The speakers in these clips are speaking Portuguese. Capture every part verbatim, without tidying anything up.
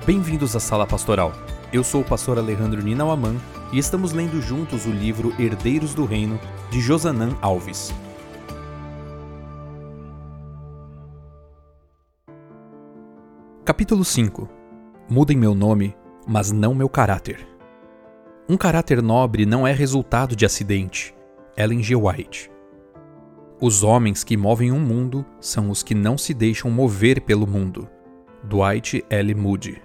Bem-vindos à Sala Pastoral. Eu sou o pastor Alejandro Ninauaman e estamos lendo juntos o livro Herdeiros do Reino, de Josanã Alves. Capítulo cinco. Mudem meu nome, mas não meu caráter. Um caráter nobre não é resultado de acidente. Ellen G. White. Os homens que movem um mundo são os que não se deixam mover pelo mundo. Dwight L. Moody.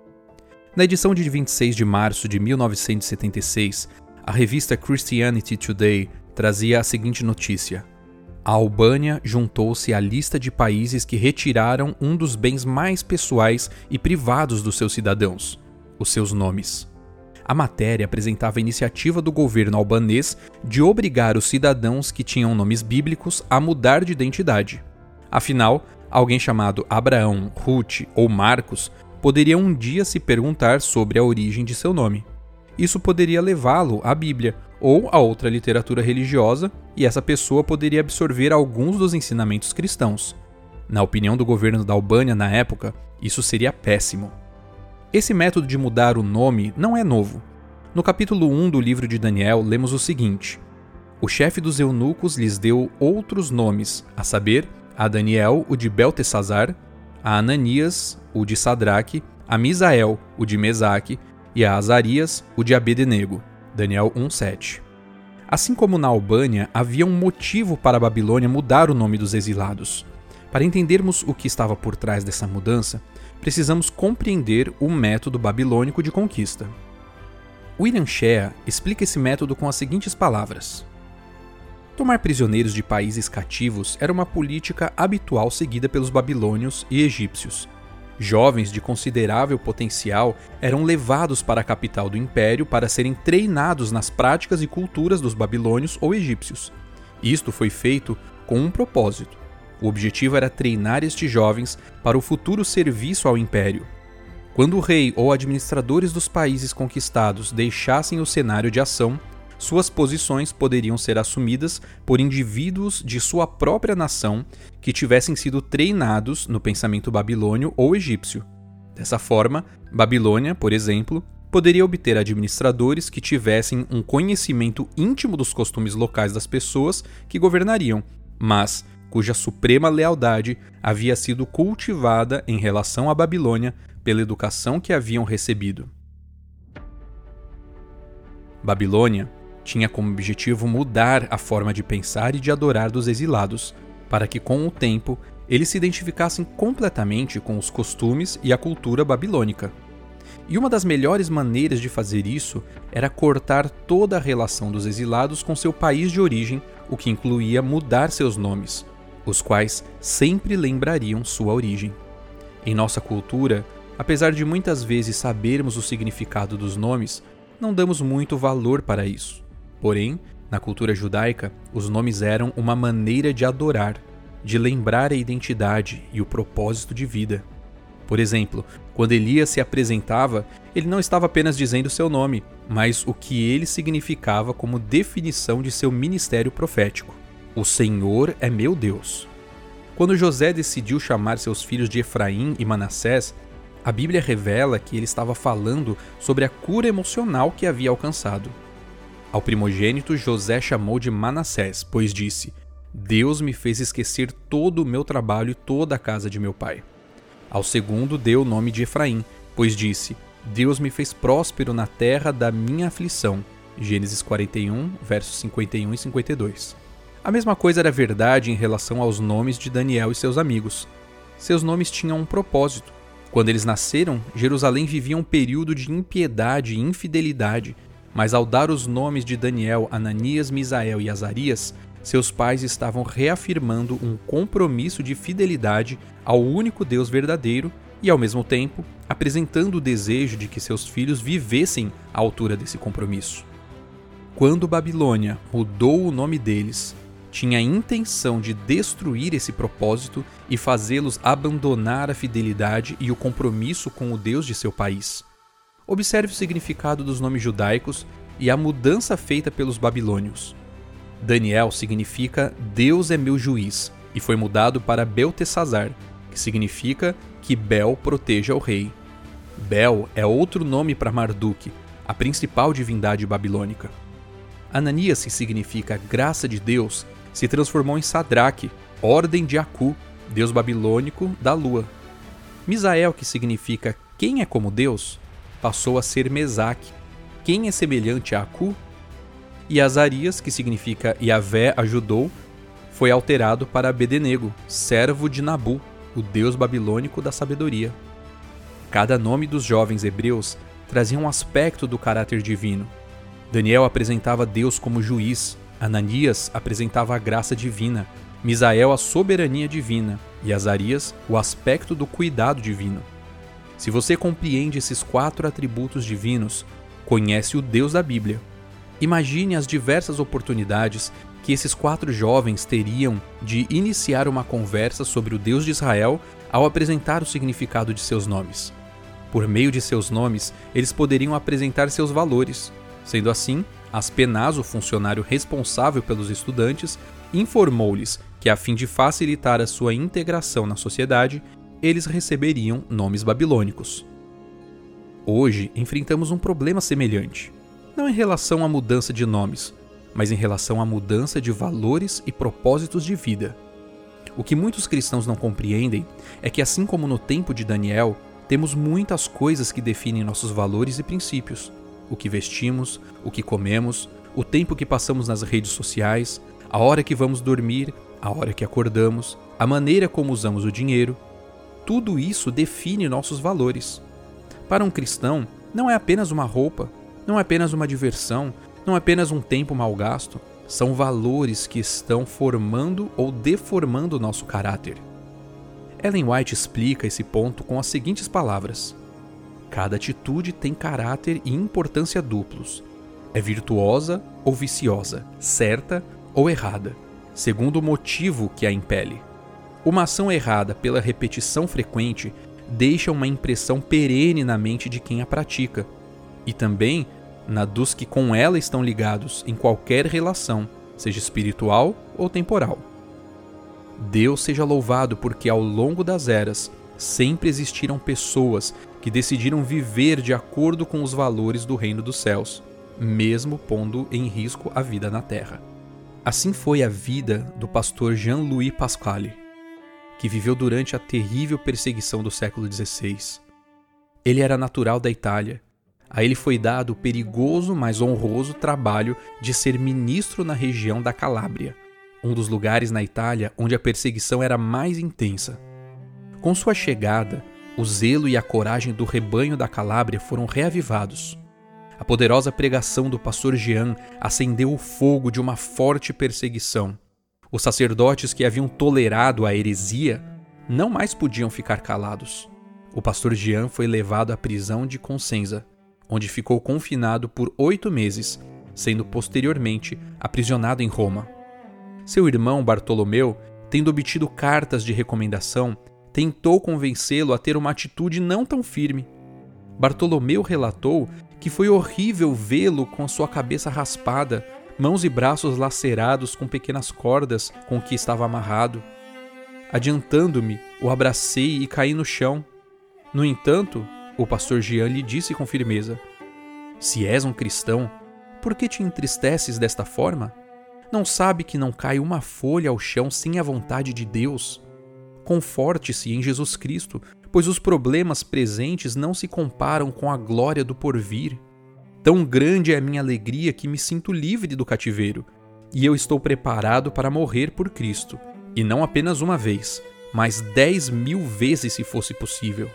Na edição de vinte e seis de março de mil novecentos e setenta e seis, a revista Christianity Today trazia a seguinte notícia: a Albânia juntou-se à lista de países que retiraram um dos bens mais pessoais e privados dos seus cidadãos, os seus nomes. A matéria apresentava a iniciativa do governo albanês de obrigar os cidadãos que tinham nomes bíblicos a mudar de identidade. Afinal, alguém chamado Abraão, Ruth ou Marcos poderia um dia se perguntar sobre a origem de seu nome. Isso poderia levá-lo à Bíblia ou a outra literatura religiosa, e essa pessoa poderia absorver alguns dos ensinamentos cristãos. Na opinião do governo da Albânia na época, isso seria péssimo. Esse método de mudar o nome não é novo. No capítulo um do livro de Daniel, lemos o seguinte: o chefe dos eunucos lhes deu outros nomes, a saber, a Daniel, o de Beltesazar, a Ananias, o de Sadraque, a Misael, o de Mesaque, e a Azarias, o de Abednego. Daniel um, sete. Assim como na Albânia, havia um motivo para a Babilônia mudar o nome dos exilados. Para entendermos o que estava por trás dessa mudança, precisamos compreender o método babilônico de conquista. William Shea explica esse método com as seguintes palavras: tomar prisioneiros de países cativos era uma política habitual seguida pelos babilônios e egípcios. Jovens de considerável potencial eram levados para a capital do império para serem treinados nas práticas e culturas dos babilônios ou egípcios. Isto foi feito com um propósito. O objetivo era treinar estes jovens para o futuro serviço ao império. Quando o rei ou administradores dos países conquistados deixassem o cenário de ação, suas posições poderiam ser assumidas por indivíduos de sua própria nação que tivessem sido treinados no pensamento babilônio ou egípcio. Dessa forma, Babilônia, por exemplo, poderia obter administradores que tivessem um conhecimento íntimo dos costumes locais das pessoas que governariam, mas cuja suprema lealdade havia sido cultivada em relação à Babilônia pela educação que haviam recebido. Babilônia tinha como objetivo mudar a forma de pensar e de adorar dos exilados, para que com o tempo eles se identificassem completamente com os costumes e a cultura babilônica. E uma das melhores maneiras de fazer isso era cortar toda a relação dos exilados com seu país de origem, o que incluía mudar seus nomes, os quais sempre lembrariam sua origem. Em nossa cultura, apesar de muitas vezes sabermos o significado dos nomes, não damos muito valor para isso. Porém, na cultura judaica, os nomes eram uma maneira de adorar, de lembrar a identidade e o propósito de vida. Por exemplo, quando Elias se apresentava, ele não estava apenas dizendo seu nome, mas o que ele significava como definição de seu ministério profético. O Senhor é meu Deus. Quando José decidiu chamar seus filhos de Efraim e Manassés, a Bíblia revela que ele estava falando sobre a cura emocional que havia alcançado. Ao primogênito, José chamou de Manassés, pois disse: Deus me fez esquecer todo o meu trabalho e toda a casa de meu pai. Ao segundo, deu o nome de Efraim, pois disse: Deus me fez próspero na terra da minha aflição. Gênesis quarenta e um, versos cinquenta e um e cinquenta e dois. A mesma coisa era verdade em relação aos nomes de Daniel e seus amigos. Seus nomes tinham um propósito. Quando eles nasceram, Jerusalém vivia um período de impiedade e infidelidade, mas ao dar os nomes de Daniel, Ananias, Misael e Azarias, seus pais estavam reafirmando um compromisso de fidelidade ao único Deus verdadeiro e, ao mesmo tempo, apresentando o desejo de que seus filhos vivessem à altura desse compromisso. Quando Babilônia mudou o nome deles, tinha a intenção de destruir esse propósito e fazê-los abandonar a fidelidade e o compromisso com o Deus de seu país. Observe o significado dos nomes judaicos e a mudança feita pelos babilônios. Daniel significa Deus é meu juiz e foi mudado para Beltesazar, que significa que Bel proteja o rei. Bel é outro nome para Marduk, a principal divindade babilônica. Ananias, que significa graça de Deus, se transformou em Sadraque, ordem de Aku, deus babilônico da lua. Misael, que significa quem é como Deus, passou a ser Mesaque, quem é semelhante a Aku. E Azarias, que significa Yahvé ajudou, foi alterado para Abednego, servo de Nabu, o deus babilônico da sabedoria. Cada nome dos jovens hebreus trazia um aspecto do caráter divino. Daniel apresentava Deus como juiz, Ananias apresentava a graça divina, Misael a soberania divina e Azarias o aspecto do cuidado divino. Se você compreende esses quatro atributos divinos, conhece o Deus da Bíblia. Imagine as diversas oportunidades que esses quatro jovens teriam de iniciar uma conversa sobre o Deus de Israel ao apresentar o significado de seus nomes. Por meio de seus nomes, eles poderiam apresentar seus valores. Sendo assim, Aspenaz, o funcionário responsável pelos estudantes, informou-lhes que, a fim de facilitar a sua integração na sociedade, eles receberiam nomes babilônicos. Hoje, enfrentamos um problema semelhante, não em relação à mudança de nomes, mas em relação à mudança de valores e propósitos de vida. O que muitos cristãos não compreendem é que, assim como no tempo de Daniel, temos muitas coisas que definem nossos valores e princípios. O que vestimos, o que comemos, o tempo que passamos nas redes sociais, a hora que vamos dormir, a hora que acordamos, a maneira como usamos o dinheiro. Tudo isso define nossos valores. Para um cristão, não é apenas uma roupa, não é apenas uma diversão, não é apenas um tempo mal gasto. São valores que estão formando ou deformando o nosso caráter. Ellen White explica esse ponto com as seguintes palavras: cada atitude tem caráter e importância duplos. É virtuosa ou viciosa, certa ou errada, segundo o motivo que a impele. Uma ação errada pela repetição frequente deixa uma impressão perene na mente de quem a pratica, e também na dos que com ela estão ligados em qualquer relação, seja espiritual ou temporal. Deus seja louvado porque ao longo das eras sempre existiram pessoas que decidiram viver de acordo com os valores do reino dos céus, mesmo pondo em risco a vida na terra. Assim foi a vida do pastor Jean-Louis Pasquale, que viveu durante a terrível perseguição do século dezesseis. Ele era natural da Itália. A ele foi dado o perigoso, mas honroso trabalho de ser ministro na região da Calábria, um dos lugares na Itália onde a perseguição era mais intensa. Com sua chegada, o zelo e a coragem do rebanho da Calábria foram reavivados. A poderosa pregação do pastor Jean acendeu o fogo de uma forte perseguição. Os sacerdotes que haviam tolerado a heresia não mais podiam ficar calados. O pastor Jean foi levado à prisão de Consenza, onde ficou confinado por oito meses, sendo posteriormente aprisionado em Roma. Seu irmão Bartolomeu, tendo obtido cartas de recomendação, tentou convencê-lo a ter uma atitude não tão firme. Bartolomeu relatou que foi horrível vê-lo com a sua cabeça raspada, mãos e braços lacerados com pequenas cordas com que estava amarrado. Adiantando-me, o abracei e caí no chão. No entanto, o pastor Jean lhe disse com firmeza: se és um cristão, por que te entristeces desta forma? Não sabe que não cai uma folha ao chão sem a vontade de Deus? Conforte-se em Jesus Cristo, pois os problemas presentes não se comparam com a glória do porvir. Tão grande é a minha alegria que me sinto livre do cativeiro, e eu estou preparado para morrer por Cristo, e não apenas uma vez, mas dez mil vezes se fosse possível.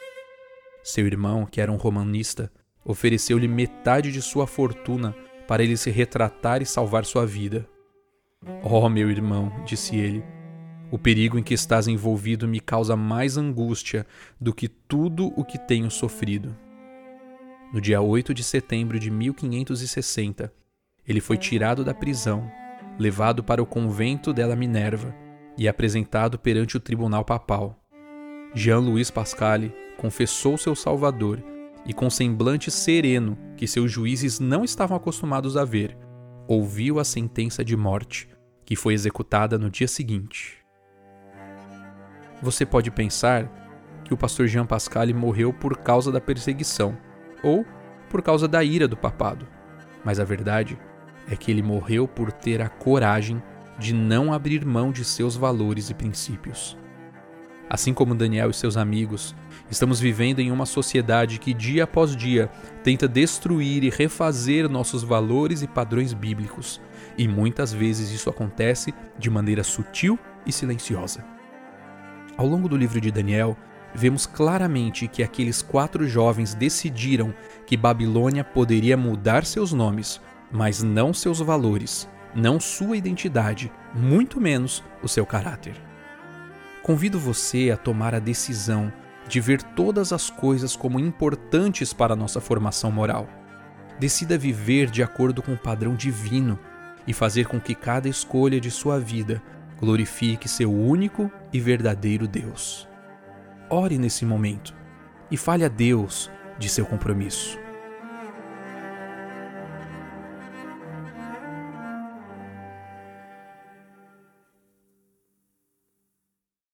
Seu irmão, que era um romanista, ofereceu-lhe metade de sua fortuna para ele se retratar e salvar sua vida. Oh, meu irmão, disse ele, o perigo em que estás envolvido me causa mais angústia do que tudo o que tenho sofrido. No dia oito de setembro de mil quinhentos e sessenta, ele foi tirado da prisão, levado para o convento della Minerva e apresentado perante o tribunal papal. Jean-Louis Pasquale confessou seu Salvador e, com semblante sereno que seus juízes não estavam acostumados a ver, ouviu a sentença de morte, que foi executada no dia seguinte. Você pode pensar, que o pastor Jean Pascal morreu por causa da perseguição, ou por causa da ira do papado. Mas a verdade é que ele morreu por ter a coragem de não abrir mão de seus valores e princípios. Assim como Daniel e seus amigos, estamos vivendo em uma sociedade que dia após dia tenta destruir e refazer nossos valores e padrões bíblicos, e muitas vezes isso acontece de maneira sutil e silenciosa. Ao longo do livro de Daniel, vemos claramente que aqueles quatro jovens decidiram que Babilônia poderia mudar seus nomes, mas não seus valores, não sua identidade, muito menos o seu caráter. Convido você a tomar a decisão de ver todas as coisas como importantes para a nossa formação moral. Decida viver de acordo com o padrão divino e fazer com que cada escolha de sua vida glorifique seu único e verdadeiro Deus. Ore nesse momento e fale a Deus de seu compromisso.